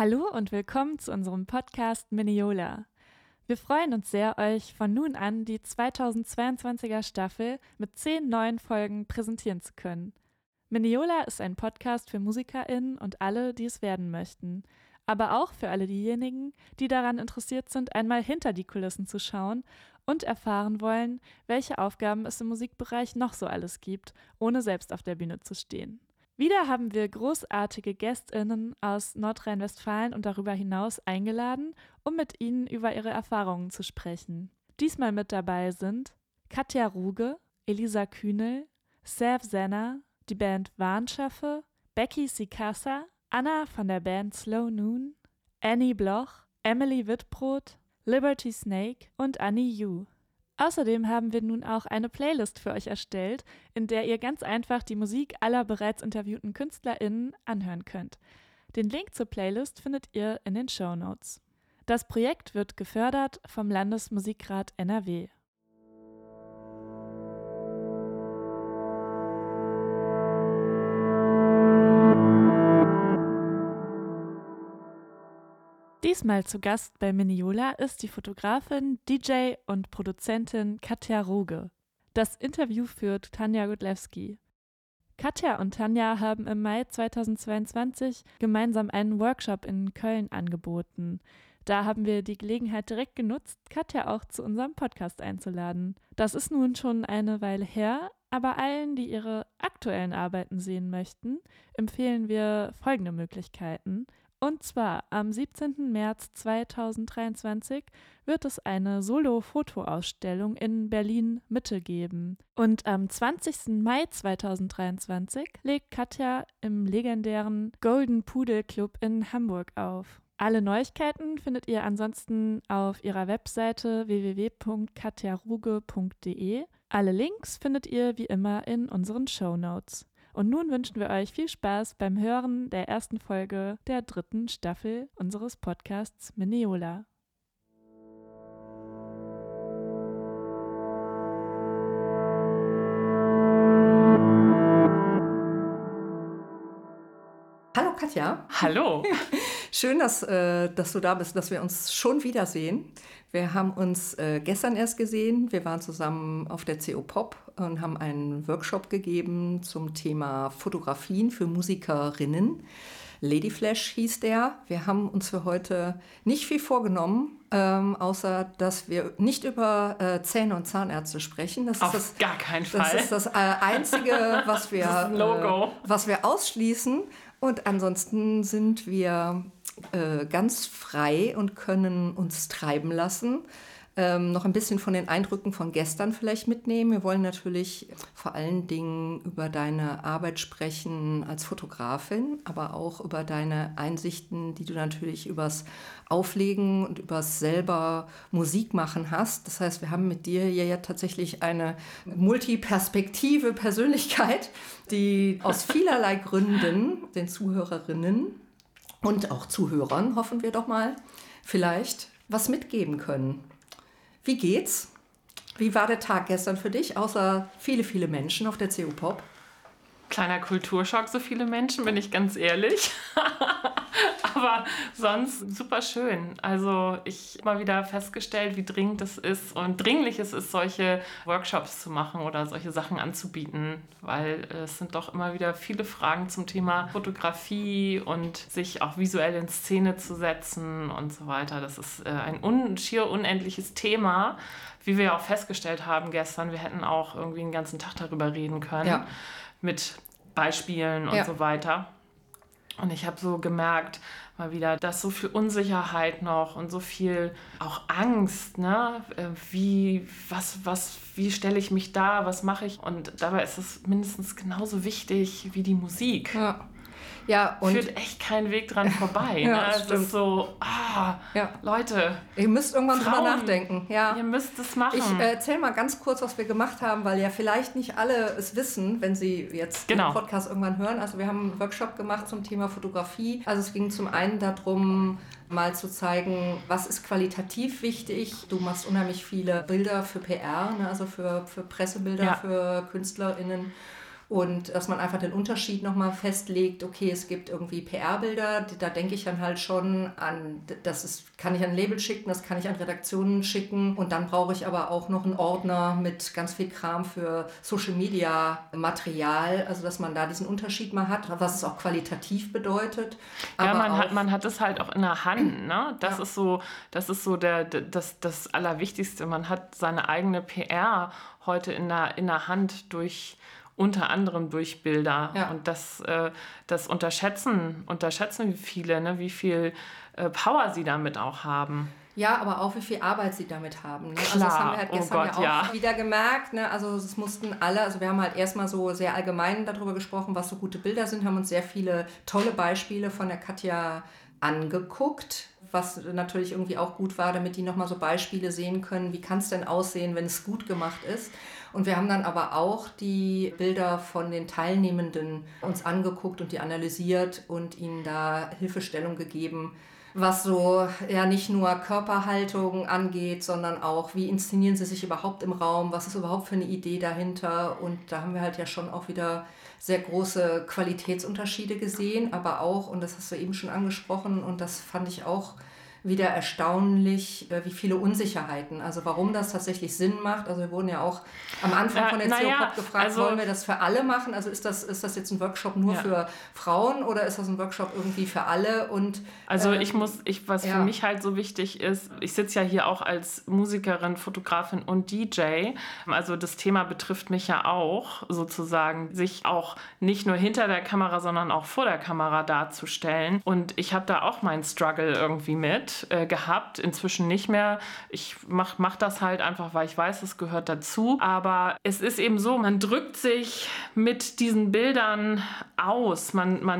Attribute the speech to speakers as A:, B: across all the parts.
A: Hallo und willkommen zu unserem Podcast Minneola. Wir freuen uns sehr, euch von nun an die 2022er Staffel mit 10 neuen Folgen präsentieren zu können. Minneola ist ein Podcast für MusikerInnen und alle, die es werden möchten. Aber auch für alle diejenigen, die daran interessiert sind, einmal hinter die Kulissen zu schauen und erfahren wollen, welche Aufgaben es im Musikbereich noch so alles gibt, ohne selbst auf der Bühne zu stehen. Wieder haben wir großartige GästInnen aus Nordrhein-Westfalen und darüber hinaus eingeladen, um mit ihnen über ihre Erfahrungen zu sprechen. Diesmal mit dabei sind Katja Ruge, Elisa Kühnel, Sev Senna, die Band Warnschaffe, Becky Sikassa, Anna von der Band Slow Noon, Annie Bloch, Emily Wittbrot, Liberty Snake und Annie Yu. Außerdem haben wir nun auch eine Playlist für euch erstellt, in der ihr ganz einfach die Musik aller bereits interviewten KünstlerInnen anhören könnt. Den Link zur Playlist findet ihr in den Shownotes. Das Projekt wird gefördert vom Landesmusikrat NRW. Diesmal zu Gast bei Minneola ist die Fotografin, DJ und Produzentin Katja Ruge. Das Interview führt Tanja Godlewski. Katja und Tanja haben im Mai 2022 gemeinsam einen Workshop in Köln angeboten. Da haben wir die Gelegenheit direkt genutzt, Katja auch zu unserem Podcast einzuladen. Das ist nun schon eine Weile her, aber allen, die ihre aktuellen Arbeiten sehen möchten, empfehlen wir folgende Möglichkeiten. Und zwar am 17. März 2023 wird es eine Solo-Fotoausstellung in Berlin-Mitte geben. Und am 20. Mai 2023 legt Katja im legendären Golden Pudel Club in Hamburg auf. Alle Neuigkeiten findet ihr ansonsten auf ihrer Webseite www.katjaruge.de. Alle Links findet ihr wie immer in unseren Shownotes. Und nun wünschen wir euch viel Spaß beim Hören der ersten Folge der 3. Staffel unseres Podcasts Minneola.
B: Hallo Katja.
C: Hallo.
B: Schön, dass du da bist, dass wir uns schon wiedersehen. Wir haben uns gestern erst gesehen. Wir waren zusammen auf der CO Pop und haben einen Workshop gegeben zum Thema Fotografien für Musikerinnen. Lady Flash hieß der. Wir haben uns für heute nicht viel vorgenommen, außer dass wir nicht über Zähne und Zahnärzte sprechen.
C: Auf gar keinen Fall.
B: Das ist das Einzige, was wir ausschließen. Und ansonsten sind wir ganz frei und können uns treiben lassen. Noch ein bisschen von den Eindrücken von gestern vielleicht mitnehmen. Wir wollen natürlich vor allen Dingen über deine Arbeit sprechen als Fotografin, aber auch über deine Einsichten, die du natürlich übers Auflegen und übers selber Musik machen hast. Das heißt, wir haben mit dir ja tatsächlich eine multiperspektive Persönlichkeit, die aus vielerlei Gründen den Zuhörerinnen und auch Zuhörern, hoffen wir doch mal, vielleicht was mitgeben können. Wie geht's? Wie war der Tag gestern für dich, außer viele, viele Menschen auf der CO Pop?
C: Kleiner Kulturschock, so viele Menschen, bin ich ganz ehrlich. Aber sonst super schön. Also ich habe mal wieder festgestellt, wie dringend es ist und dringlich es ist, solche Workshops zu machen oder solche Sachen anzubieten, weil es sind doch immer wieder viele Fragen zum Thema Fotografie und sich auch visuell in Szene zu setzen und so weiter. Das ist ein schier unendliches Thema, wie wir ja auch festgestellt haben gestern. Wir hätten auch irgendwie den ganzen Tag darüber reden können. Ja. Mit Beispielen und so weiter. Und ich habe so gemerkt, mal wieder, dass so viel Unsicherheit noch und so viel auch Angst, ne? Wie stelle ich mich da, was mache ich? Und dabei ist es mindestens genauso wichtig wie die Musik.
B: Ja, und
C: führt echt keinen Weg dran vorbei. Ja, ne? Das ist so, Leute.
B: Ihr müsst irgendwann drüber nachdenken. Ja.
C: Ihr müsst es machen.
B: Ich erzähle mal ganz kurz, was wir gemacht haben, weil ja vielleicht nicht alle es wissen, wenn sie jetzt den Podcast irgendwann hören. Also wir haben einen Workshop gemacht zum Thema Fotografie. Also es ging zum einen darum, mal zu zeigen, was ist qualitativ wichtig. Du machst unheimlich viele Bilder für PR, ne? Also für Pressebilder, für KünstlerInnen. Und dass man einfach den Unterschied nochmal festlegt, okay, es gibt irgendwie PR-Bilder, da denke ich dann halt schon an, kann ich an ein Label schicken, das kann ich an Redaktionen schicken und dann brauche ich aber auch noch einen Ordner mit ganz viel Kram für Social-Media-Material, also dass man da diesen Unterschied mal hat, was es auch qualitativ bedeutet.
C: Ja, man hat es halt auch in der Hand, ne? Das ist so das Allerwichtigste. Man hat seine eigene PR heute in der Hand unter anderem durch Bilder. Ja. Und das unterschätzen viele, ne? Wie viel Power sie damit auch haben.
B: Ja, aber auch wie viel Arbeit sie damit haben. Ne?
C: Klar.
B: Also das haben wir halt gestern auch wieder gemerkt. Ne? Also es mussten alle, also wir haben halt erstmal so sehr allgemein darüber gesprochen, was so gute Bilder sind, haben uns sehr viele tolle Beispiele von der Katja angeguckt, was natürlich irgendwie auch gut war, damit die nochmal so Beispiele sehen können, wie kann es denn aussehen, wenn es gut gemacht ist. Und wir haben dann aber auch die Bilder von den Teilnehmenden uns angeguckt und die analysiert und ihnen da Hilfestellung gegeben, was so ja nicht nur Körperhaltung angeht, sondern auch, wie inszenieren sie sich überhaupt im Raum, was ist überhaupt für eine Idee dahinter. Und da haben wir halt ja schon auch wieder sehr große Qualitätsunterschiede gesehen, aber auch, und das hast du eben schon angesprochen, und das fand ich auch wieder erstaunlich, wie viele Unsicherheiten, also warum das tatsächlich Sinn macht. Also wir wurden ja auch am Anfang von der CO-Pop gefragt, wollen wir das für alle machen? Also ist das jetzt ein Workshop nur für Frauen oder ist das ein Workshop irgendwie für alle? Und
C: also was für mich halt so wichtig ist, ich sitze ja hier auch als Musikerin, Fotografin und DJ, also das Thema betrifft mich ja auch sozusagen, sich auch nicht nur hinter der Kamera, sondern auch vor der Kamera darzustellen. Und ich habe da auch meinen Struggle irgendwie mit gehabt, inzwischen nicht mehr. Ich mach das halt einfach, weil ich weiß, es gehört dazu. Aber es ist eben so, man drückt sich mit diesen Bildern aus.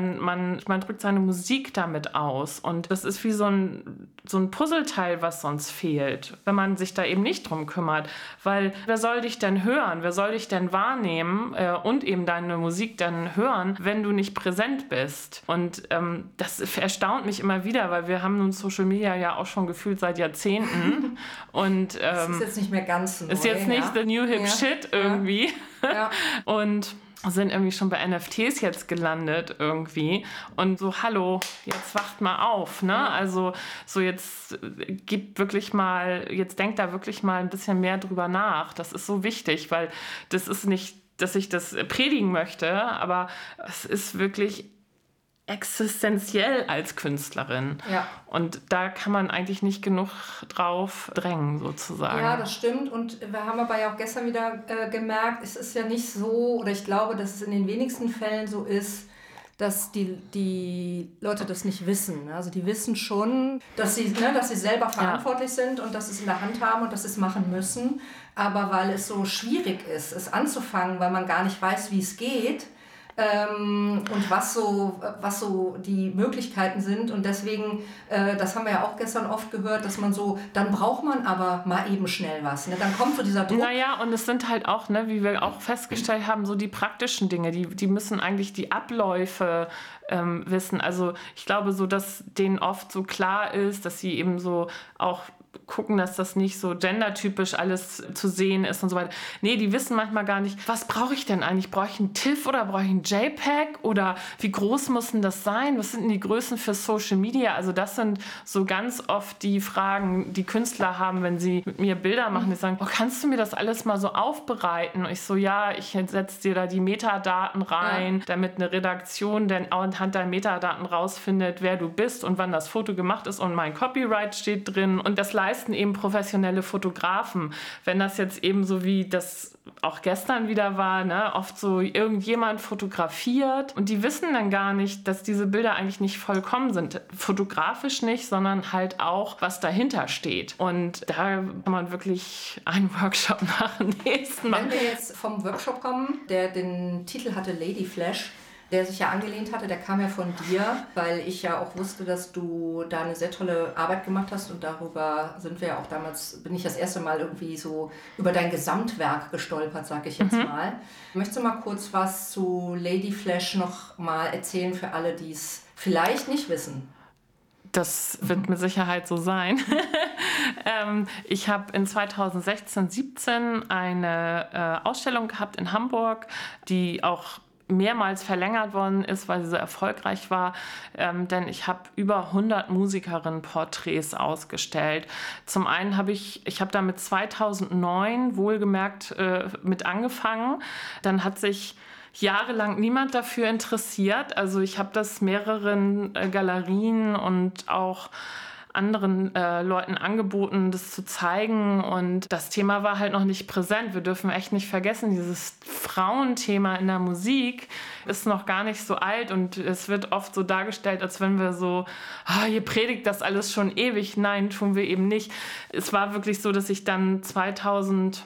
C: Man drückt seine Musik damit aus. Und das ist wie so ein Puzzleteil, was sonst fehlt, wenn man sich da eben nicht drum kümmert. Weil wer soll dich denn hören? Wer soll dich denn wahrnehmen und eben deine Musik dann hören, wenn du nicht präsent bist? Und das erstaunt mich immer wieder, weil wir haben nun Social Media ja auch schon gefühlt seit Jahrzehnten. Und
B: das ist jetzt nicht mehr ganz neu.
C: Ist jetzt nicht the new hip shit irgendwie.
B: Ja.
C: Und sind irgendwie schon bei NFTs jetzt gelandet irgendwie. Und so, hallo, jetzt wacht mal auf, ne? Ja. Also so jetzt denkt da wirklich mal ein bisschen mehr drüber nach. Das ist so wichtig, weil das ist nicht, dass ich das predigen möchte, aber es ist wirklich existenziell als Künstlerin. Ja. Und da kann man eigentlich nicht genug drauf drängen, sozusagen.
B: Ja, das stimmt. Und wir haben aber ja auch gestern wieder gemerkt, es ist ja nicht so, oder ich glaube, dass es in den wenigsten Fällen so ist, dass die Leute das nicht wissen. Also die wissen schon, dass sie selber verantwortlich sind und dass sie es in der Hand haben und dass sie es machen müssen. Aber weil es so schwierig ist, es anzufangen, weil man gar nicht weiß, wie es geht, und was so die Möglichkeiten sind. Und deswegen, das haben wir ja auch gestern oft gehört, dass man so, dann braucht man aber mal eben schnell was. Ne? Dann kommt so dieser Druck.
C: Naja, und es sind halt auch, ne, wie wir auch festgestellt haben, so die praktischen Dinge, die müssen eigentlich die Abläufe wissen. Also ich glaube so, dass denen oft so klar ist, dass sie eben so auch gucken, dass das nicht so gendertypisch alles zu sehen ist und so weiter. Nee, die wissen manchmal gar nicht, was brauche ich denn eigentlich? Brauche ich einen TIFF oder brauche ich einen JPEG? Oder wie groß muss denn das sein? Was sind denn die Größen für Social Media? Also das sind so ganz oft die Fragen, die Künstler haben, wenn sie mit mir Bilder machen. Die sagen, oh, kannst du mir das alles mal so aufbereiten? Und ich so, ja, ich setze dir da die Metadaten rein, damit eine Redaktion dann anhand der Metadaten rausfindet, wer du bist und wann das Foto gemacht ist und mein Copyright steht drin. Und das leisten eben professionelle Fotografen. Wenn das jetzt eben so wie das auch gestern wieder war, ne, oft so irgendjemand fotografiert und die wissen dann gar nicht, dass diese Bilder eigentlich nicht vollkommen sind. Fotografisch nicht, sondern halt auch, was dahinter steht. Und da kann man wirklich einen Workshop machen.
B: Wenn wir jetzt vom Workshop kommen, der den Titel hatte Lady Flash, der sich ja angelehnt hatte, der kam ja von dir, weil ich ja auch wusste, dass du da eine sehr tolle Arbeit gemacht hast und darüber sind wir ja auch damals, bin ich das erste Mal irgendwie so über dein Gesamtwerk gestolpert, sag ich jetzt mal. Möchtest du mal kurz was zu Lady Flash noch mal erzählen für alle, die es vielleicht nicht wissen?
C: Das wird mit Sicherheit so sein. Ich habe in 2016, 17 eine Ausstellung gehabt in Hamburg, die auch mehrmals verlängert worden ist, weil sie so erfolgreich war, denn ich habe über 100 Musikerinnen-Porträts ausgestellt. Zum einen habe ich damit 2009 wohlgemerkt mit angefangen, dann hat sich jahrelang niemand dafür interessiert. Also ich habe das mehreren Galerien und auch anderen Leuten angeboten, das zu zeigen, und das Thema war halt noch nicht präsent. Wir dürfen echt nicht vergessen, dieses Frauenthema in der Musik ist noch gar nicht so alt, und es wird oft so dargestellt, als wenn wir so, ihr predigt das alles schon ewig. Nein, tun wir eben nicht. Es war wirklich so, dass ich dann 2014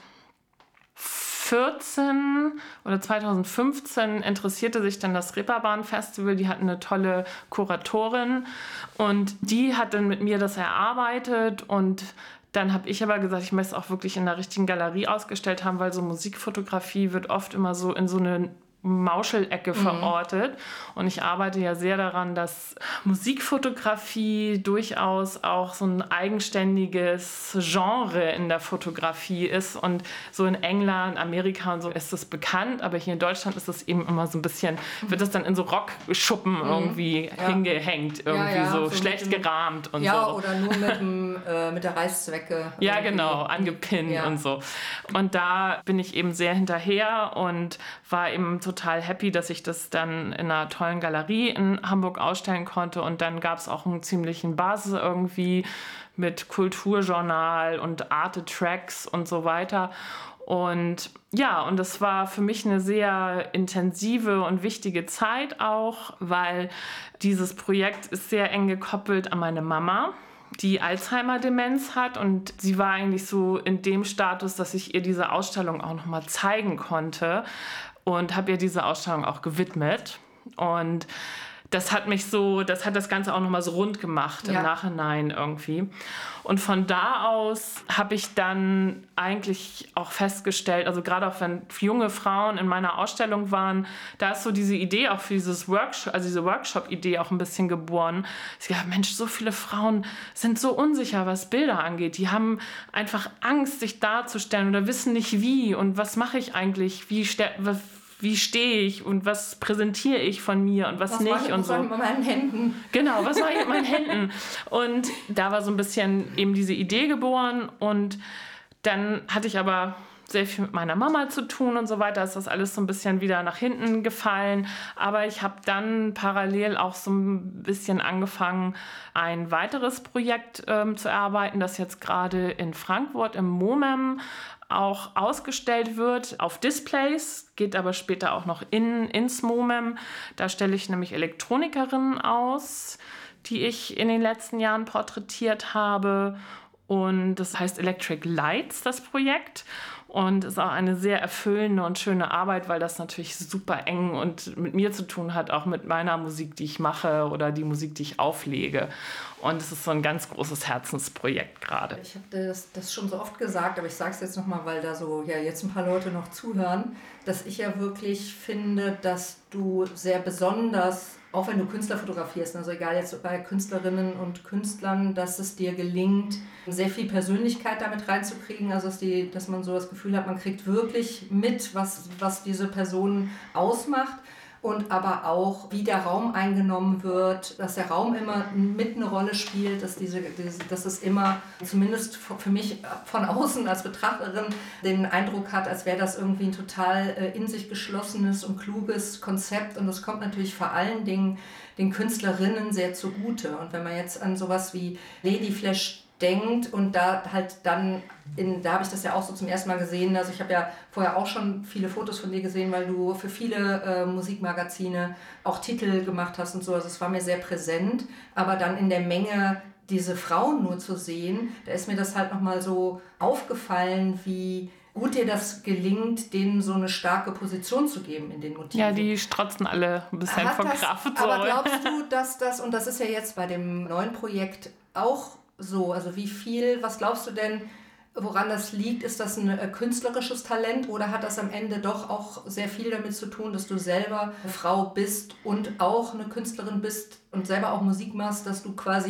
C: oder 2015 interessierte sich dann das Reeperbahn Festival. Die hatten eine tolle Kuratorin und die hat dann mit mir das erarbeitet, und dann habe ich aber gesagt, ich möchte es auch wirklich in der richtigen Galerie ausgestellt haben, weil so Musikfotografie wird oft immer so in so eine Mauschelecke verortet. Und ich arbeite ja sehr daran, dass Musikfotografie durchaus auch so ein eigenständiges Genre in der Fotografie ist. Und so in England, Amerika und so ist das bekannt, aber hier in Deutschland ist das eben immer so ein bisschen, wird das dann in so Rockschuppen irgendwie hingehängt, irgendwie so schlecht gerahmt und so.
B: Ja, oder nur mit der Reißzwecke.
C: Ja, genau, angepinnt und so. Und da bin ich eben sehr hinterher und war eben total happy, dass ich das dann in einer tollen Galerie in Hamburg ausstellen konnte. Und dann gab es auch einen ziemlichen Basis irgendwie mit Kulturjournal und Arte-Tracks und so weiter. Und ja, und das war für mich eine sehr intensive und wichtige Zeit auch, weil dieses Projekt ist sehr eng gekoppelt an meine Mama, die Alzheimer-Demenz hat, und sie war eigentlich so in dem Status, dass ich ihr diese Ausstellung auch nochmal zeigen konnte, und habe ihr diese Ausstellung auch gewidmet. Und das hat das Ganze auch nochmal so rund gemacht im Nachhinein irgendwie. Und von da aus habe ich dann eigentlich auch festgestellt, also gerade auch wenn junge Frauen in meiner Ausstellung waren, da ist so diese Idee auch für dieses Workshop, also diese Workshop-Idee auch ein bisschen geboren. Ich dachte, Mensch, so viele Frauen sind so unsicher, was Bilder angeht. Die haben einfach Angst, sich darzustellen oder wissen nicht wie und was mache ich eigentlich, wie stehe ich und was präsentiere ich von mir und was nicht und so.
B: Was mache ich mit meinen Händen?
C: Genau, was mache ich mit meinen Händen? Und da war so ein bisschen eben diese Idee geboren, und dann hatte ich aber sehr viel mit meiner Mama zu tun und so weiter, ist das alles so ein bisschen wieder nach hinten gefallen. Aber ich habe dann parallel auch so ein bisschen angefangen, ein weiteres Projekt zu erarbeiten, das jetzt gerade in Frankfurt im MoMEM auch ausgestellt wird auf Displays, geht aber später auch noch ins MoMEM. Da stelle ich nämlich Elektronikerinnen aus, die ich in den letzten Jahren porträtiert habe. Und das heißt Electric Lights, das Projekt. Und ist auch eine sehr erfüllende und schöne Arbeit, weil das natürlich super eng und mit mir zu tun hat, auch mit meiner Musik, die ich mache oder die Musik, die ich auflege. Und es ist so ein ganz großes Herzensprojekt gerade.
B: Ich habe das schon so oft gesagt, aber ich sage es jetzt nochmal, weil da so jetzt ein paar Leute noch zuhören, dass ich ja wirklich finde, dass du sehr besonders, auch wenn du Künstler fotografierst, also egal jetzt bei Künstlerinnen und Künstlern, dass es dir gelingt, sehr viel Persönlichkeit damit reinzukriegen, also dass man so das Gefühl hat, man kriegt wirklich mit, was diese Person ausmacht. Und aber auch, wie der Raum eingenommen wird, dass der Raum immer mit eine Rolle spielt, dass es immer, zumindest für mich von außen als Betrachterin, den Eindruck hat, als wäre das irgendwie ein total in sich geschlossenes und kluges Konzept. Und das kommt natürlich vor allen Dingen den Künstlerinnen sehr zugute. Und wenn man jetzt an sowas wie Ladyflash denkt und da halt dann, da habe ich das ja auch so zum ersten Mal gesehen, also ich habe ja vorher auch schon viele Fotos von dir gesehen, weil du für viele Musikmagazine auch Titel gemacht hast und so, also es war mir sehr präsent, aber dann in der Menge diese Frauen nur zu sehen, da ist mir das halt nochmal so aufgefallen, wie gut dir das gelingt, denen so eine starke Position zu geben in den Motiven.
C: Ja, die strotzen alle ein bisschen vor Kraft.
B: Aber glaubst du, dass das, und das ist ja jetzt bei dem neuen Projekt auch so, also was glaubst du denn, woran das liegt? Ist das ein künstlerisches Talent oder hat das am Ende doch auch sehr viel damit zu tun, dass du selber eine Frau bist und auch eine Künstlerin bist und selber auch Musik machst, dass du quasi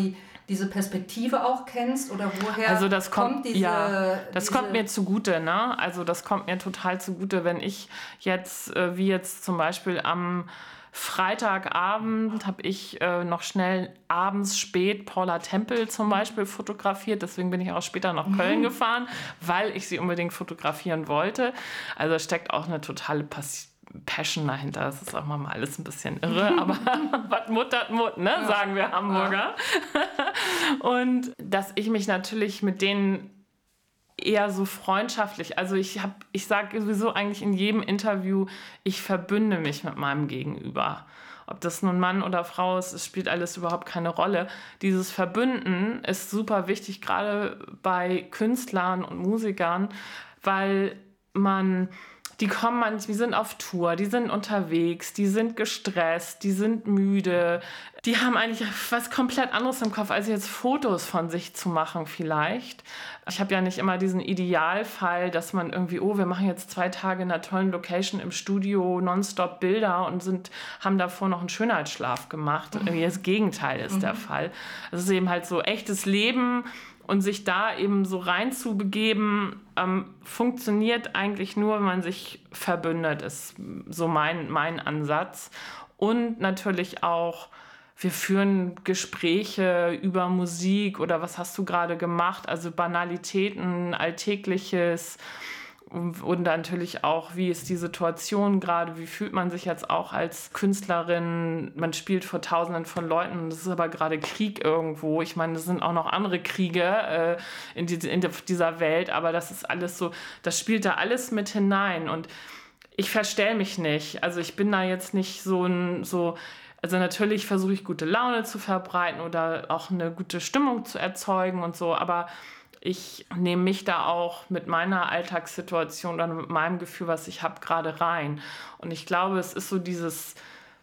B: diese Perspektive auch kennst oder woher
C: also das kommt
B: diese...
C: kommt mir zugute, ne? Also das kommt mir total zugute, wenn ich jetzt, wie jetzt zum Beispiel am Freitagabend habe ich noch schnell abends spät Paula Tempel zum Beispiel fotografiert. Deswegen bin ich auch später nach Köln gefahren, weil ich sie unbedingt fotografieren wollte. Also da steckt auch eine totale Passion dahinter. Das ist auch mal alles ein bisschen irre, aber was muttert Mut, ne? Ja. Sagen wir Hamburger. Und dass ich mich natürlich mit denen eher so freundschaftlich, also ich sage sowieso eigentlich in jedem Interview, ich verbünde mich mit meinem Gegenüber. Ob das nun Mann oder Frau ist, es spielt alles überhaupt keine Rolle. Dieses Verbünden ist super wichtig, gerade bei Künstlern und Musikern, weil die sind auf Tour, die sind unterwegs, die sind gestresst, die sind müde. Die haben eigentlich was komplett anderes im Kopf, als jetzt Fotos von sich zu machen vielleicht. Ich habe ja nicht immer diesen Idealfall, dass man irgendwie, wir machen jetzt 2 Tage in einer tollen Location im Studio, nonstop Bilder und haben davor noch einen Schönheitsschlaf gemacht. Irgendwie das Gegenteil ist der Fall. Es ist eben halt so echtes Leben. Und sich da eben so reinzubegeben, funktioniert eigentlich nur, wenn man sich verbündet, ist so mein Ansatz. Und natürlich auch, wir führen Gespräche über Musik oder was hast du gerade gemacht, also Banalitäten, Alltägliches. Und natürlich auch, wie ist die Situation gerade, wie fühlt man sich jetzt auch als Künstlerin, man spielt vor Tausenden von Leuten, das ist aber gerade Krieg irgendwo, ich meine, es sind auch noch andere Kriege in dieser Welt, aber das ist alles so, das spielt da alles mit hinein und ich verstell mich nicht, also ich bin da jetzt nicht also natürlich versuche ich gute Laune zu verbreiten oder auch eine gute Stimmung zu erzeugen und so, aber ich nehme mich da auch mit meiner Alltagssituation oder mit meinem Gefühl, was ich habe, gerade rein. Und ich glaube, es ist so dieses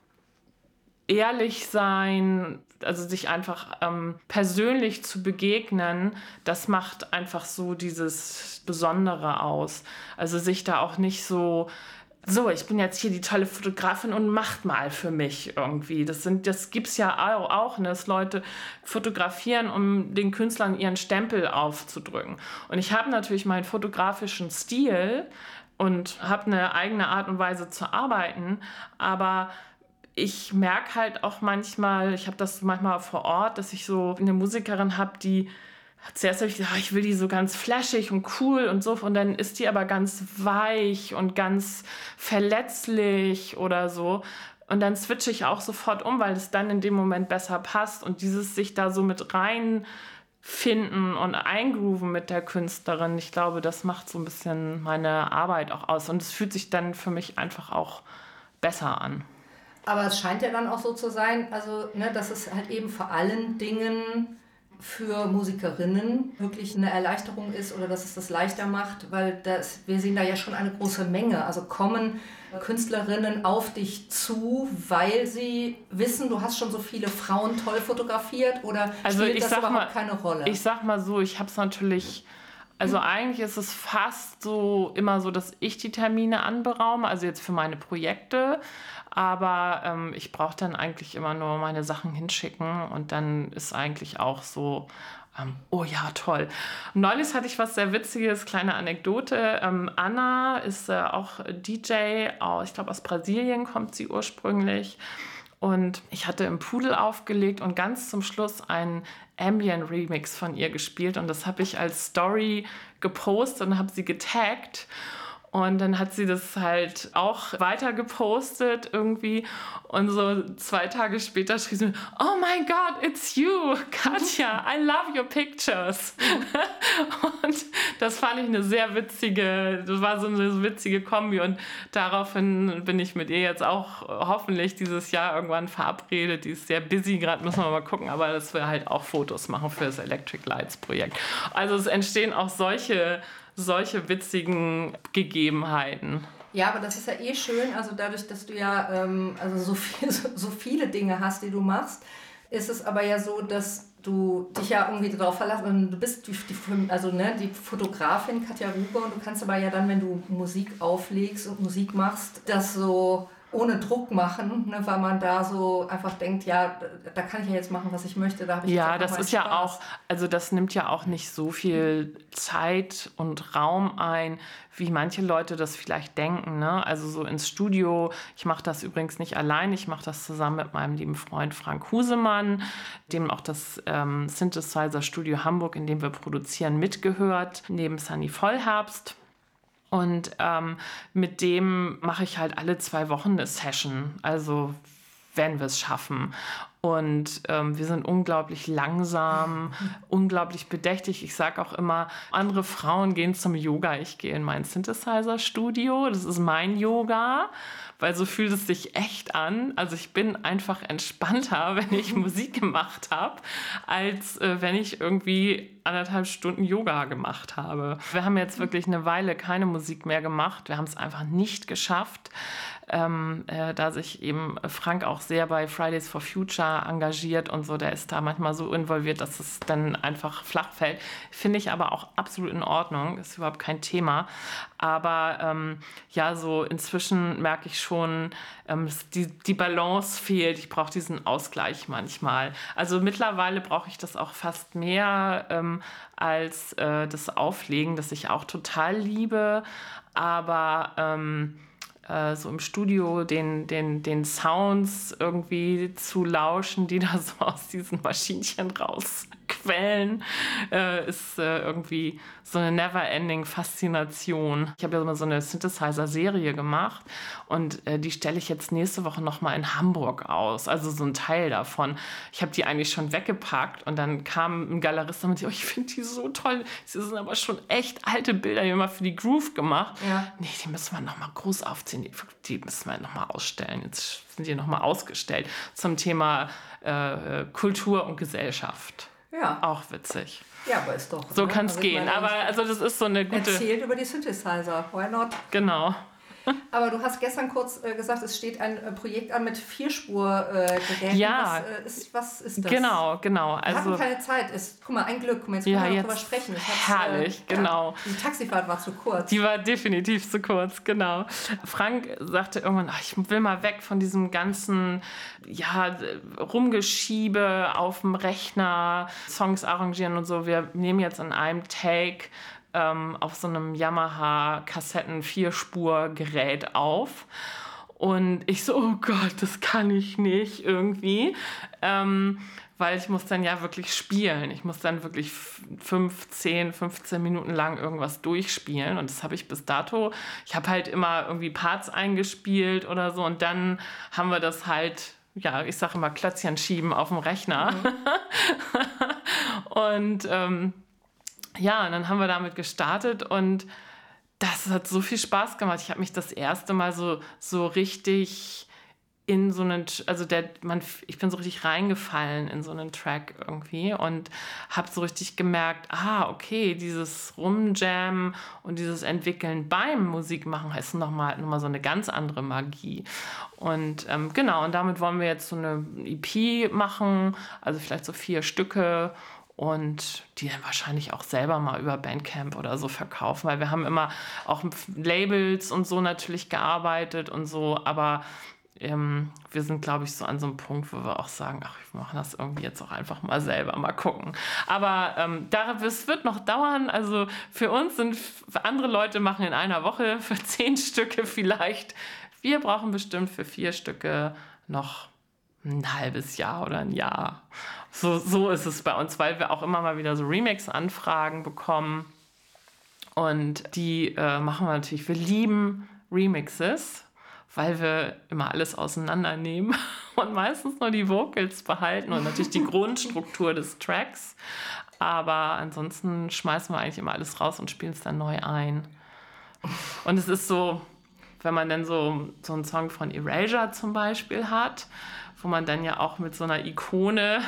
C: Ehrlichsein, also sich einfach persönlich zu begegnen, das macht einfach so dieses Besondere aus. Also sich da auch nicht so, ich bin jetzt hier die tolle Fotografin und macht mal für mich irgendwie. Das gibt's ja auch, ne, dass Leute fotografieren, um den Künstlern ihren Stempel aufzudrücken. Und ich habe natürlich meinen fotografischen Stil und habe eine eigene Art und Weise zu arbeiten, aber ich merke halt auch manchmal, ich habe das manchmal vor Ort, dass ich so eine Musikerin habe, die zuerst habe ich gesagt, ich will die so ganz flashig und cool und so. Und dann ist die aber ganz weich und ganz verletzlich oder so. Und dann switche ich auch sofort um, weil es dann in dem Moment besser passt. Und dieses sich da so mit reinfinden und eingrooven mit der Künstlerin, ich glaube, das macht so ein bisschen meine Arbeit auch aus. Und es fühlt sich dann für mich einfach auch besser an.
B: Aber es scheint ja dann auch so zu sein, also, ne, dass es halt eben vor allen Dingen für Musikerinnen wirklich eine Erleichterung ist oder dass es das leichter macht, weil wir sehen da ja schon eine große Menge. Also kommen Künstlerinnen auf dich zu, weil sie wissen, du hast schon so viele Frauen toll fotografiert oder spielt das überhaupt keine Rolle?
C: Ich sag mal so, ich habe es natürlich... Also eigentlich ist es fast so immer so, dass ich die Termine anberaume, also jetzt für meine Projekte. Aber ich brauche dann eigentlich immer nur meine Sachen hinschicken und dann ist eigentlich auch so, oh ja, toll. Neulich hatte ich was sehr Witziges, kleine Anekdote. Anna ist auch DJ, ich glaube aus Brasilien kommt sie ursprünglich. Und ich hatte im Pudel aufgelegt und ganz zum Schluss einen Ambient-Remix von ihr gespielt. Und das habe ich als Story gepostet und habe sie getaggt. Und dann hat sie das halt auch weiter gepostet irgendwie. Und so 2 Tage später schrieb sie, oh my God, it's you, Katja, I love your pictures. Und das fand ich das war so eine witzige Kombi. Und daraufhin bin ich mit ihr jetzt auch hoffentlich dieses Jahr irgendwann verabredet. Die ist sehr busy, gerade müssen wir mal gucken, aber dass wir halt auch Fotos machen für das Electric Lights Projekt. Also es entstehen auch solche witzigen Gegebenheiten.
B: Ja, aber das ist ja eh schön, also dadurch, dass du ja so viele Dinge hast, die du machst, ist es aber ja so, dass du dich ja irgendwie darauf verlässt und du bist die Fotografin Katja Ruber und du kannst aber ja dann, wenn du Musik auflegst und Musik machst, das so ohne Druck machen, ne, weil man da so einfach denkt, ja, da kann ich ja jetzt machen, was ich möchte. Da habe ich
C: ja,
B: jetzt
C: das ist
B: Spaß.
C: Ja auch, also das nimmt ja auch nicht so viel Zeit und Raum ein, wie manche Leute das vielleicht denken. Ne? Also so ins Studio, ich mache das übrigens nicht allein, ich mache das zusammen mit meinem lieben Freund Frank Husemann, dem auch das Synthesizer Studio Hamburg, in dem wir produzieren, mitgehört, neben Sunny Vollherbst. Und mit dem mache ich halt alle 2 Wochen eine Session, also wenn wir es schaffen. Und wir sind unglaublich langsam, unglaublich bedächtig. Ich sage auch immer, andere Frauen gehen zum Yoga. Ich gehe in mein Synthesizer-Studio, das ist mein Yoga, weil so fühlt es sich echt an. Also ich bin einfach entspannter, wenn ich Musik gemacht habe, als wenn ich irgendwie 1,5 Stunden Yoga gemacht habe. Wir haben jetzt wirklich eine Weile keine Musik mehr gemacht. Wir haben es einfach nicht geschafft, da sich eben Frank auch sehr bei Fridays for Future engagiert und so. Der ist da manchmal so involviert, dass es dann einfach flach fällt. Finde ich aber auch absolut in Ordnung. Ist überhaupt kein Thema. Aber ja, so inzwischen merke ich schon, die Balance fehlt. Ich brauche diesen Ausgleich manchmal. Also mittlerweile brauche ich das auch fast mehr als das Auflegen, das ich auch total liebe. Aber so im Studio den Sounds irgendwie zu lauschen, die da so aus diesen Maschinchen rausquellen, ist irgendwie so eine never-ending Faszination. Ich habe ja immer so eine Synthesizer-Serie gemacht und die stelle ich jetzt nächste Woche nochmal in Hamburg aus, also so ein Teil davon. Ich habe die eigentlich schon weggepackt und dann kam ein Galerist und meinte, oh, ich finde die so toll, sie sind aber schon echt alte Bilder, die haben wir für die Groove gemacht. Ja. Nee, die müssen wir nochmal groß aufziehen, die müssen wir nochmal ausstellen. Jetzt sind die nochmal ausgestellt zum Thema Kultur und Gesellschaft.
B: Ja.
C: Auch witzig.
B: Ja, aber ist doch.
C: So kann es gehen. Aber also das ist so eine gute.
B: Erzählt über die Synthesizer. Why not?
C: Genau.
B: Aber du hast gestern kurz gesagt, es steht ein Projekt an mit 4-Spur-Geräten.
C: Ja.
B: Was ist das?
C: Genau.
B: Wir
C: Also,
B: hatten keine Zeit. Guck mal, ein Glück. Jetzt können wir darüber sprechen.
C: Herrlich, genau.
B: Ja, die Taxifahrt war zu kurz.
C: Die war definitiv zu kurz, genau. Frank sagte irgendwann, ich will mal weg von diesem ganzen Rumgeschiebe auf dem Rechner, Songs arrangieren und so. Wir nehmen jetzt in einem Take auf so einem Yamaha-Kassetten-4-Spur-Gerät auf. Und ich so, oh Gott, das kann ich nicht irgendwie. Weil ich muss dann ja wirklich spielen. Ich muss dann wirklich 15 Minuten lang irgendwas durchspielen. Und das habe ich bis dato. Ich habe halt immer irgendwie Parts eingespielt oder so. Und dann haben wir das halt, ich sage immer Klötzchen schieben auf dem Rechner. Mhm. Und und dann haben wir damit gestartet und das hat so viel Spaß gemacht. Ich habe mich das erste Mal so richtig in so einen, ich bin so richtig reingefallen in so einen Track irgendwie und habe so richtig gemerkt, okay, dieses Rumjammen und dieses Entwickeln beim Musikmachen ist nochmal so eine ganz andere Magie. Und und damit wollen wir jetzt so eine EP machen, also vielleicht so 4 Stücke. Und die dann wahrscheinlich auch selber mal über Bandcamp oder so verkaufen, weil wir haben immer auch mit Labels und so natürlich gearbeitet und so, aber wir sind, glaube ich, so an so einem Punkt, wo wir auch sagen, wir machen das irgendwie jetzt auch einfach mal selber, mal gucken. Aber es wird noch dauern, also für uns für andere Leute machen in einer Woche für 10 Stücke vielleicht. Wir brauchen bestimmt für 4 Stücke noch ein halbes Jahr oder ein Jahr. So ist es bei uns, weil wir auch immer mal wieder so Remix-Anfragen bekommen. Und die machen wir natürlich. Wir lieben Remixes, weil wir immer alles auseinandernehmen und meistens nur die Vocals behalten und natürlich die Grundstruktur des Tracks. Aber ansonsten schmeißen wir eigentlich immer alles raus und spielen es dann neu ein. Und es ist so, wenn man dann so einen Song von Erasure zum Beispiel hat, wo man dann ja auch mit so einer Ikone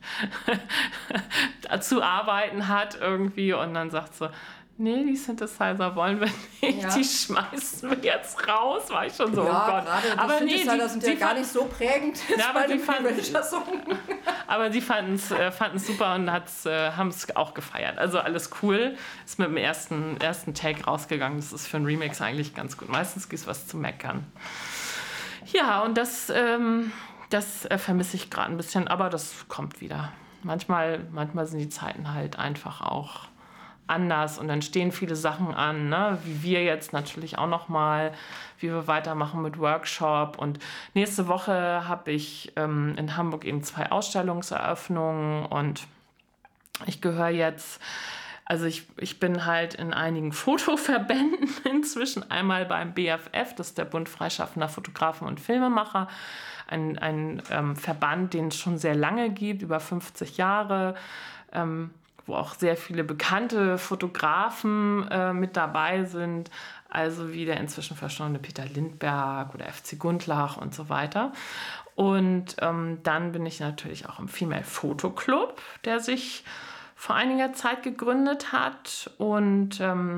C: zu arbeiten hat irgendwie und dann sagt so, nee, die Synthesizer wollen wir nicht, die schmeißen wir jetzt raus, war ich schon so, oh Gott.
B: Aber die Synthesizer sind ja gar nicht so prägend bei dem Erasure-Song.
C: Aber die fanden es super und haben es auch gefeiert. Also alles cool. Ist mit dem ersten Take rausgegangen. Das ist für einen Remix eigentlich ganz gut. Meistens gibt es was zu meckern. Ja, und das vermisse ich gerade ein bisschen, aber das kommt wieder. Manchmal sind die Zeiten halt einfach auch anders und dann stehen viele Sachen an, ne? Wie wir jetzt natürlich auch nochmal, wie wir weitermachen mit Workshop. Und nächste Woche habe ich in Hamburg eben 2 Ausstellungseröffnungen und ich gehöre jetzt, also ich bin halt in einigen Fotoverbänden inzwischen, einmal beim BFF, das ist der Bund Freischaffender Fotografen und Filmemacher, ein Verband, den es schon sehr lange gibt, über 50 Jahre, wo auch sehr viele bekannte Fotografen mit dabei sind, also wie der inzwischen verstorbene Peter Lindbergh oder FC Gundlach und so weiter. Und dann bin ich natürlich auch im Female Photo Club, der sich vor einiger Zeit gegründet hat. Und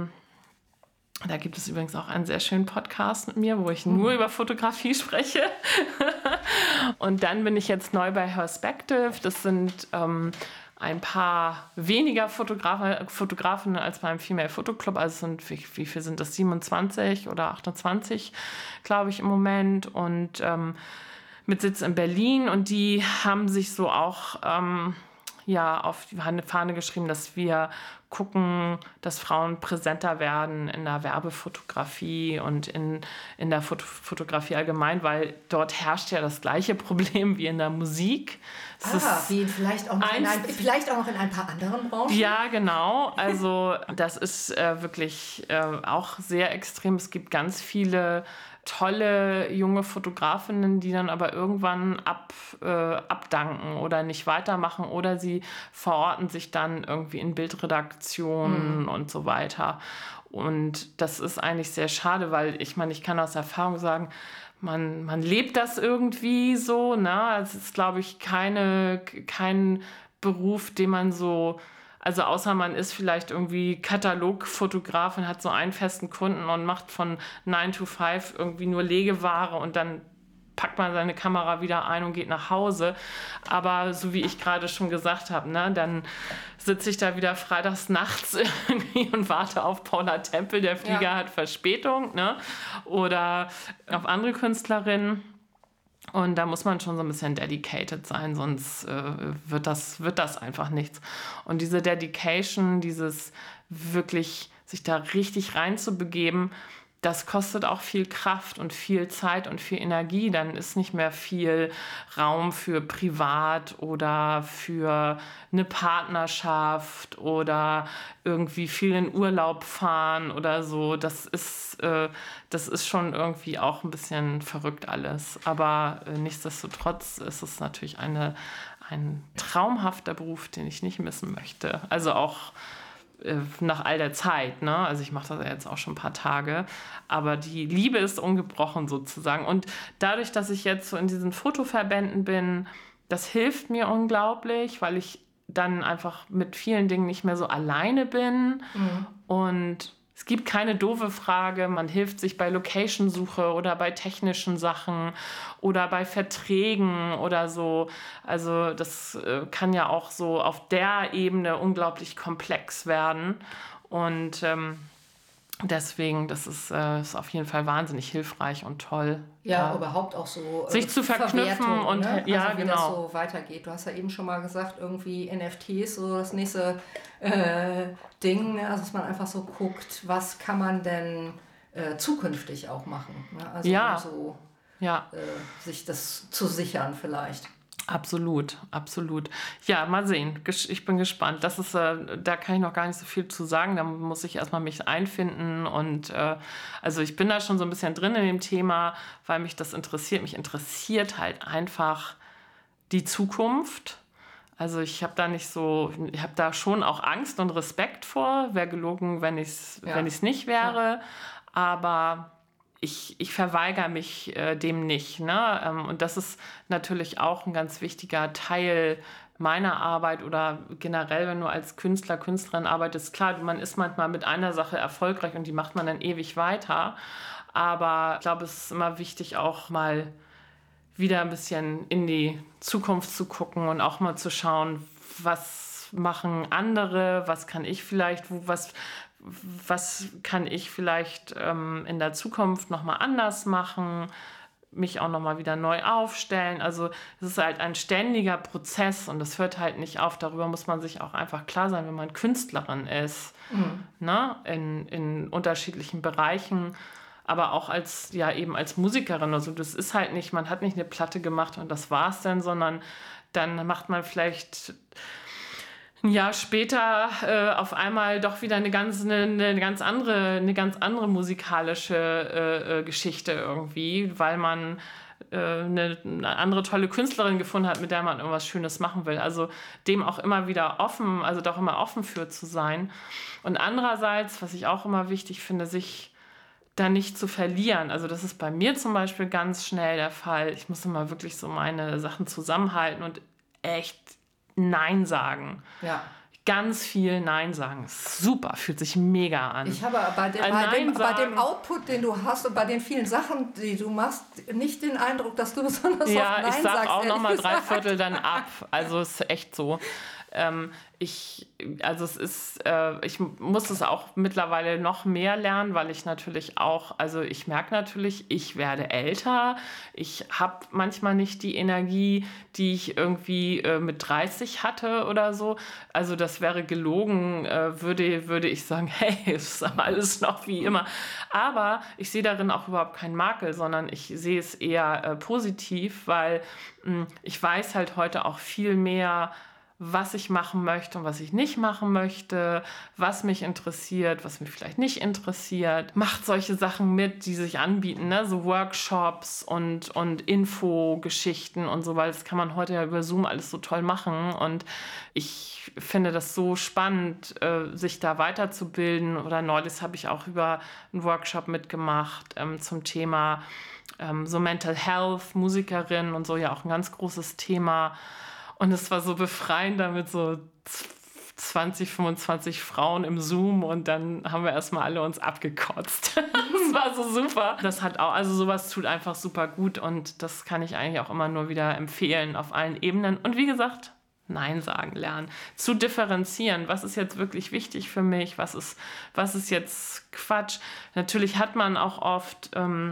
C: da gibt es übrigens auch einen sehr schönen Podcast mit mir, wo ich nur über Fotografie spreche. Und dann bin ich jetzt neu bei Herspective. Das sind ein paar weniger Fotografinnen als beim Female Photo Club. Also sind, wie viel sind das? 27 oder 28, glaube ich, im Moment. Und mit Sitz in Berlin. Und die haben sich so auch auf die Fahne geschrieben, dass wir gucken, dass Frauen präsenter werden in der Werbefotografie und in der Fotografie allgemein, weil dort herrscht ja das gleiche Problem wie in der Musik.
B: Wie vielleicht auch noch in ein paar anderen Branchen?
C: Ja, genau. Also das ist wirklich auch sehr extrem. Es gibt ganz viele tolle junge Fotografinnen, die dann aber irgendwann abdanken oder nicht weitermachen oder sie verorten sich dann irgendwie in Bildredaktionen und so weiter. Und das ist eigentlich sehr schade, weil ich kann aus Erfahrung sagen, man lebt das irgendwie so, ne? Es ist, glaube ich, kein Beruf, den man so, also außer man ist vielleicht irgendwie Katalogfotograf und hat so einen festen Kunden und macht von 9 to 5 irgendwie nur Legeware und dann packt man seine Kamera wieder ein und geht nach Hause. Aber so wie ich gerade schon gesagt habe, ne, dann sitze ich da wieder freitags nachts irgendwie und warte auf Paula Tempel, der Flieger hat Verspätung, ne? Oder auf andere Künstlerinnen. Und da muss man schon so ein bisschen dedicated sein, sonst wird das einfach nichts. Und diese Dedication, dieses wirklich sich da richtig reinzubegeben, das kostet auch viel Kraft und viel Zeit und viel Energie. Dann ist nicht mehr viel Raum für privat oder für eine Partnerschaft oder irgendwie viel in Urlaub fahren oder so. Das ist schon irgendwie auch ein bisschen verrückt alles. Aber nichtsdestotrotz ist es natürlich ein traumhafter Beruf, den ich nicht missen möchte. Also auch nach all der Zeit, ne? Also ich mache das ja jetzt auch schon ein paar Tage, aber die Liebe ist ungebrochen sozusagen. Und dadurch, dass ich jetzt so in diesen Fotoverbänden bin, das hilft mir unglaublich, weil ich dann einfach mit vielen Dingen nicht mehr so alleine bin. Und es gibt keine doofe Frage, man hilft sich bei Location-Suche oder bei technischen Sachen oder bei Verträgen oder so. Also das kann ja auch so auf der Ebene unglaublich komplex werden. Und deswegen, das ist auf jeden Fall wahnsinnig hilfreich und toll.
B: Ja, überhaupt auch so
C: sich zu verknüpfen und
B: ne?
C: Ja,
B: also wie
C: genau.
B: das so weitergeht. Du hast ja eben schon mal gesagt, irgendwie NFTs, so das nächste Ding, also dass man einfach so guckt, was kann man denn zukünftig auch machen. Ne? Also sich das zu sichern vielleicht.
C: Absolut, absolut. Ja, mal sehen. Ich bin gespannt. Das ist, da kann ich noch gar nicht so viel zu sagen. Da muss ich erstmal mich einfinden. Und also ich bin da schon so ein bisschen drin in dem Thema, weil mich das interessiert. Mich interessiert halt einfach die Zukunft. Also ich habe da schon auch Angst und Respekt vor. Wäre gelogen, wenn ich es nicht wäre. Aber ich verweigere mich dem nicht. Ne? Und das ist natürlich auch ein ganz wichtiger Teil meiner Arbeit oder generell, wenn du als Künstler, Künstlerin arbeitest. Klar, man ist manchmal mit einer Sache erfolgreich und die macht man dann ewig weiter. Aber ich glaube, es ist immer wichtig, auch mal wieder ein bisschen in die Zukunft zu gucken und auch mal zu schauen, was machen andere, was kann ich vielleicht, was kann ich vielleicht in der Zukunft nochmal anders machen, mich auch nochmal wieder neu aufstellen. Also es ist halt ein ständiger Prozess und das hört halt nicht auf. Darüber muss man sich auch einfach klar sein, wenn man Künstlerin ist, ne? In unterschiedlichen Bereichen, aber auch als Musikerin. Also das ist halt nicht, man hat nicht eine Platte gemacht und das war's dann, sondern dann macht man vielleicht ein Jahr später auf einmal doch wieder eine ganz andere musikalische Geschichte irgendwie, weil man eine andere tolle Künstlerin gefunden hat, mit der man irgendwas Schönes machen will. Also dem auch immer wieder offen, also doch immer offen für zu sein. Und andererseits, was ich auch immer wichtig finde, sich da nicht zu verlieren. Also das ist bei mir zum Beispiel ganz schnell der Fall. Ich muss immer wirklich so meine Sachen zusammenhalten und echt Nein sagen.
B: Ja.
C: Ganz viel Nein sagen. Super, fühlt sich mega an.
B: Ich habe bei dem Output, den du hast und bei den vielen Sachen, die du machst, nicht den Eindruck, dass du besonders oft Nein sagst.
C: Ja, ich sag auch nochmal 3/4 dann ab. Also es ist echt so. Ich muss es auch mittlerweile noch mehr lernen, weil ich natürlich auch, also ich merke natürlich, ich werde älter, ich habe manchmal nicht die Energie, die ich irgendwie mit 30 hatte oder so. Also das wäre gelogen, würde ich sagen, hey, es ist alles noch wie immer. Aber ich sehe darin auch überhaupt keinen Makel, sondern ich sehe es eher positiv, weil ich weiß halt heute auch viel mehr, was ich machen möchte und was ich nicht machen möchte, was mich interessiert, was mich vielleicht nicht interessiert. Macht solche Sachen mit, die sich anbieten, ne? So Workshops und Infogeschichten und so, weil das kann man heute ja über Zoom alles so toll machen. Und ich finde das so spannend, sich da weiterzubilden. Oder neulich habe ich auch über einen Workshop mitgemacht zum Thema so Mental Health, Musikerin und so, ja auch ein ganz großes Thema. Und es war so befreiend, da mit so 20, 25 Frauen im Zoom und dann haben wir erstmal alle uns abgekotzt. Das war so super. Das hat auch, also sowas tut einfach super gut und das kann ich eigentlich auch immer nur wieder empfehlen auf allen Ebenen. Und wie gesagt, Nein sagen lernen. Zu differenzieren, was ist jetzt wirklich wichtig für mich, was ist jetzt Quatsch. Natürlich hat man auch oft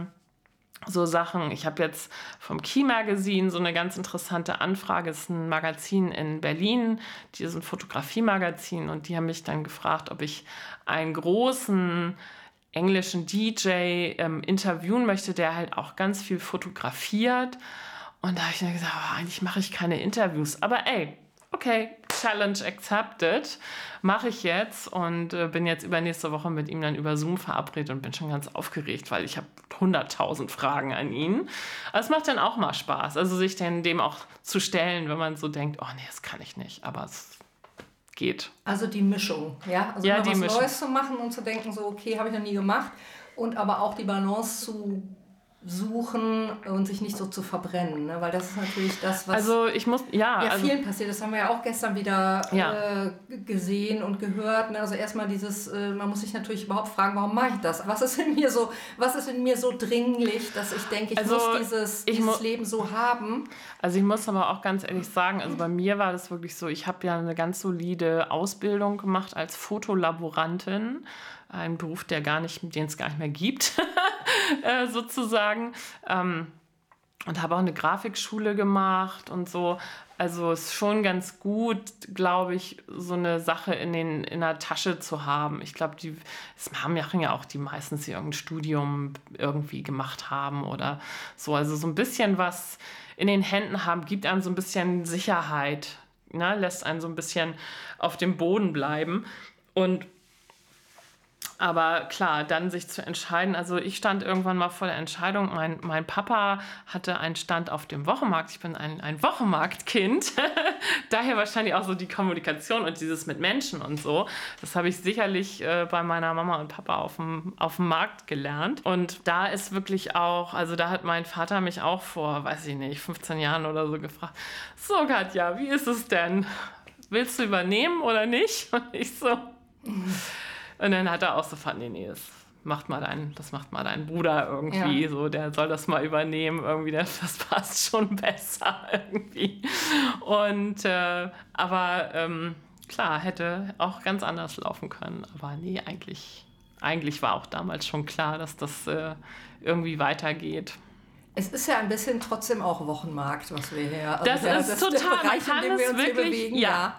C: so Sachen, ich habe jetzt vom Key Magazine so eine ganz interessante Anfrage, es ist ein Magazin in Berlin, die ist ein Fotografiemagazin und die haben mich dann gefragt, ob ich einen großen englischen DJ interviewen möchte, der halt auch ganz viel fotografiert und da habe ich dann gesagt, eigentlich mache ich keine Interviews, aber ey, okay, Challenge accepted, mache ich jetzt und bin jetzt übernächste Woche mit ihm dann über Zoom verabredet und bin schon ganz aufgeregt, weil ich habe 100.000 Fragen an ihn. Aber es macht dann auch mal Spaß, also sich dem auch zu stellen, wenn man so denkt, oh nee, das kann ich nicht, aber es geht.
B: Also die Mischung, ja? Also
C: ja,
B: was Neues zu machen und zu denken, so okay, habe ich noch nie gemacht und aber auch die Balance zu suchen und sich nicht so zu verbrennen, ne? Weil das ist natürlich das, was vielen passiert. Das haben wir ja auch gestern wieder gesehen und gehört. Ne? Also erstmal dieses, man muss sich natürlich überhaupt fragen, warum mache ich das? Was ist in mir so dringlich, dass ich denke, ich muss dieses Leben so haben?
C: Also ich muss aber auch ganz ehrlich sagen, also bei mir war das wirklich so, ich habe ja eine ganz solide Ausbildung gemacht als Fotolaborantin, ein Beruf, den es gar nicht mehr gibt, sozusagen. Und habe auch eine Grafikschule gemacht und so. Also es ist schon ganz gut, glaube ich, so eine Sache in der Tasche zu haben. Ich glaube, es machen ja auch die meistens, die irgendein Studium irgendwie gemacht haben oder so. Also so ein bisschen was in den Händen haben, gibt einem so ein bisschen Sicherheit, ne? Lässt einen so ein bisschen auf dem Boden bleiben. Aber klar, dann sich zu entscheiden, also ich stand irgendwann mal vor der Entscheidung, mein Papa hatte einen Stand auf dem Wochenmarkt, ich bin ein Wochenmarktkind, daher wahrscheinlich auch so die Kommunikation und dieses mit Menschen und so, das habe ich sicherlich bei meiner Mama und Papa auf dem Markt gelernt und da ist wirklich auch, also da hat mein Vater mich auch vor, weiß ich nicht, 15 Jahren oder so gefragt, so Katja, wie ist es denn? Willst du übernehmen oder nicht? Und ich so... Und dann hat er auch sofort, nee, das macht mal dein Bruder irgendwie, so, der soll das mal übernehmen, irgendwie, das passt schon besser irgendwie. Und, aber klar, hätte auch ganz anders laufen können, aber nee, eigentlich war auch damals schon klar, dass das irgendwie weitergeht.
B: Es ist ja ein bisschen trotzdem auch Wochenmarkt, was wir hier...
C: Also das ist total,
B: der Bereich,
C: man kann
B: in dem wir
C: es
B: uns
C: wirklich...
B: bewegen.
C: Ja.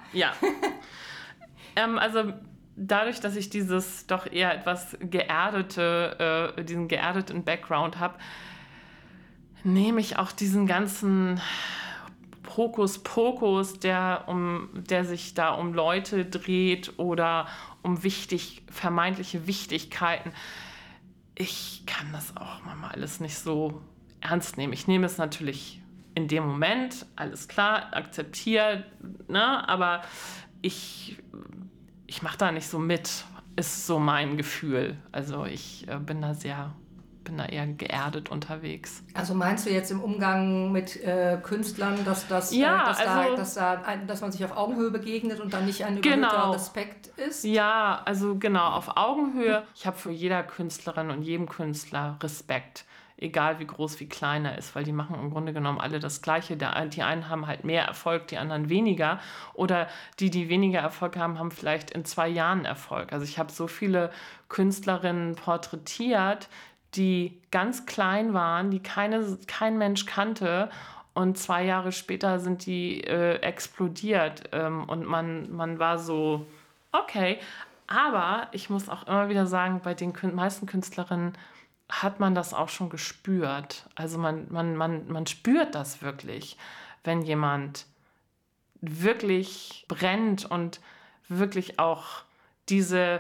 C: Also dadurch, dass ich dieses doch eher etwas diesen geerdeten Background habe, nehme ich auch diesen ganzen Hokuspokus, der sich da um Leute dreht oder um vermeintliche Wichtigkeiten. Ich kann das auch manchmal alles nicht so ernst nehmen. Ich nehme es natürlich in dem Moment, alles klar, akzeptiere, ne? Aber ich mache da nicht so mit, ist so mein Gefühl. Also ich bin da eher geerdet unterwegs.
B: Also meinst du jetzt im Umgang mit Künstlern, dass man sich auf Augenhöhe begegnet und dann nicht ein überhöhter Respekt ist?
C: Ja, also genau, auf Augenhöhe. Ich habe für jeder Künstlerin und jedem Künstler Respekt. Egal wie groß, wie klein er ist, weil die machen im Grunde genommen alle das Gleiche. Die einen haben halt mehr Erfolg, die anderen weniger. Oder die weniger Erfolg haben, haben vielleicht in 2 Jahren Erfolg. Also ich habe so viele Künstlerinnen porträtiert, die ganz klein waren, die kein Mensch kannte. Und 2 Jahre später sind die explodiert. Und man war so, okay. Aber ich muss auch immer wieder sagen, bei den meisten Künstlerinnen hat man das auch schon gespürt. Also man spürt das wirklich, wenn jemand wirklich brennt und wirklich auch diese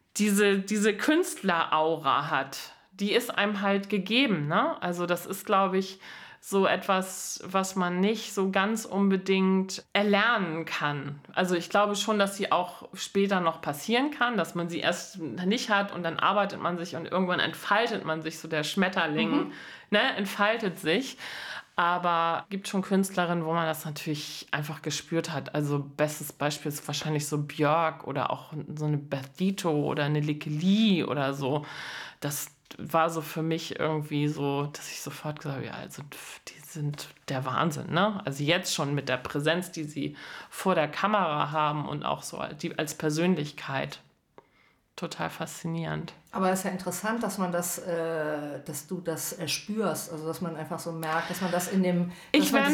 C: Künstleraura hat. Die ist einem halt gegeben, ne? Also das ist, glaube ich, so etwas, was man nicht so ganz unbedingt erlernen kann. Also ich glaube schon, dass sie auch später noch passieren kann, dass man sie erst nicht hat und dann arbeitet man sich und irgendwann entfaltet man sich, so der Schmetterling, entfaltet sich. Aber es gibt schon Künstlerinnen, wo man das natürlich einfach gespürt hat. Also bestes Beispiel ist wahrscheinlich so Björk oder auch so eine Beth Ditto oder eine Lykke Li oder so. Das war so für mich irgendwie so, dass ich sofort gesagt habe, ja, also die sind der Wahnsinn, ne? Also jetzt schon mit der Präsenz, die sie vor der Kamera haben und auch so als Persönlichkeit. Total faszinierend.
B: Aber es ist ja interessant, dass man dass du das spürst, also dass man einfach so merkt, dass man das in dem...
C: Ich wäre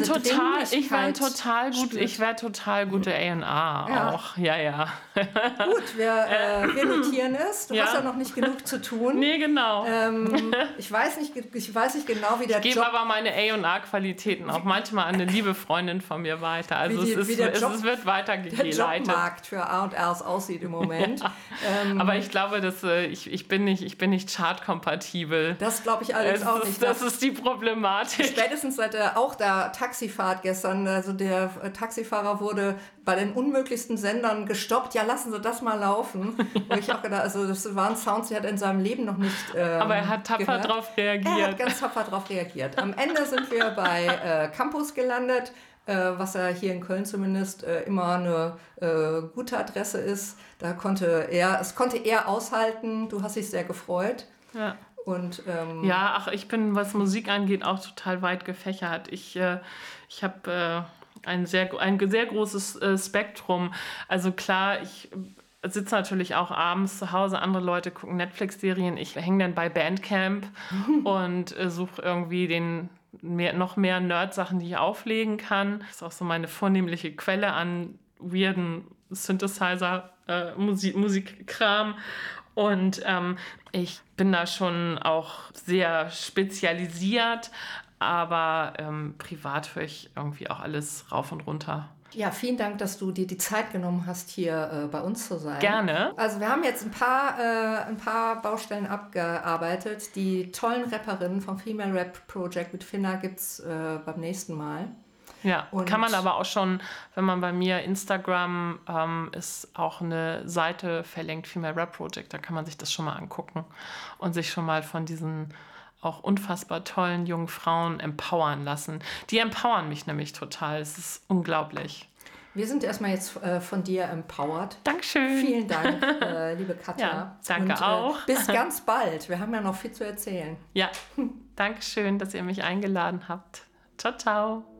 C: total gute A&R auch. Ja.
B: Gut, wir notieren es. Du hast ja noch nicht genug zu tun.
C: Nee, genau.
B: Ich weiß nicht genau, wie der Job...
C: Ich gebe aber meine A&R-Qualitäten auch manchmal an eine liebe Freundin von mir weiter. Also es wird weitergeleitet.
B: Der Jobmarkt für A&Rs aussieht im Moment.
C: Ja. Aber ich glaube, dass ich bin nicht chartkompatibel.
B: Das glaube ich allerdings auch nicht.
C: Das ist die Problematik.
B: Spätestens seit der Taxifahrt gestern, also der Taxifahrer wurde bei den unmöglichsten Sendern gestoppt. Ja, lassen Sie das mal laufen. Wo ich auch gedacht, also das waren Sounds, die hat er in seinem Leben noch nicht
C: aber er hat tapfer drauf reagiert.
B: Er hat ganz tapfer drauf reagiert. Am Ende sind wir bei Campus gelandet, was ja hier in Köln zumindest immer eine gute Adresse ist. Es konnte er aushalten. Du hast dich sehr gefreut.
C: Ja.
B: Und,
C: ich bin, was Musik angeht, auch total weit gefächert. Ich habe ein sehr großes Spektrum. Also klar, ich sitze natürlich auch abends zu Hause, andere Leute gucken Netflix-Serien. Ich hänge dann bei Bandcamp und suche irgendwie noch mehr Nerd-Sachen, die ich auflegen kann. Das ist auch so meine vornehmliche Quelle an weirden Synthesizer-Musikkram. Und ich bin da schon auch sehr spezialisiert, aber privat höre ich irgendwie auch alles rauf und runter.
B: Ja, vielen Dank, dass du dir die Zeit genommen hast, hier bei uns zu sein.
C: Gerne.
B: Also wir haben jetzt ein paar Baustellen abgearbeitet. Die tollen Rapperinnen vom Female Rap Project mit Finna gibt es beim nächsten Mal.
C: Ja, und kann man aber auch schon, wenn man bei mir Instagram ist auch eine Seite verlinkt, Female Rap Project, da kann man sich das schon mal angucken und sich schon mal von diesen auch unfassbar tollen jungen Frauen empowern lassen. Die empowern mich nämlich total. Es ist unglaublich.
B: Wir sind erstmal jetzt von dir empowered.
C: Dankeschön.
B: Vielen Dank, liebe Katja.
C: Ja, danke auch.
B: Bis ganz bald. Wir haben ja noch viel zu erzählen.
C: Ja, Dankeschön, dass ihr mich eingeladen habt. Ciao, ciao.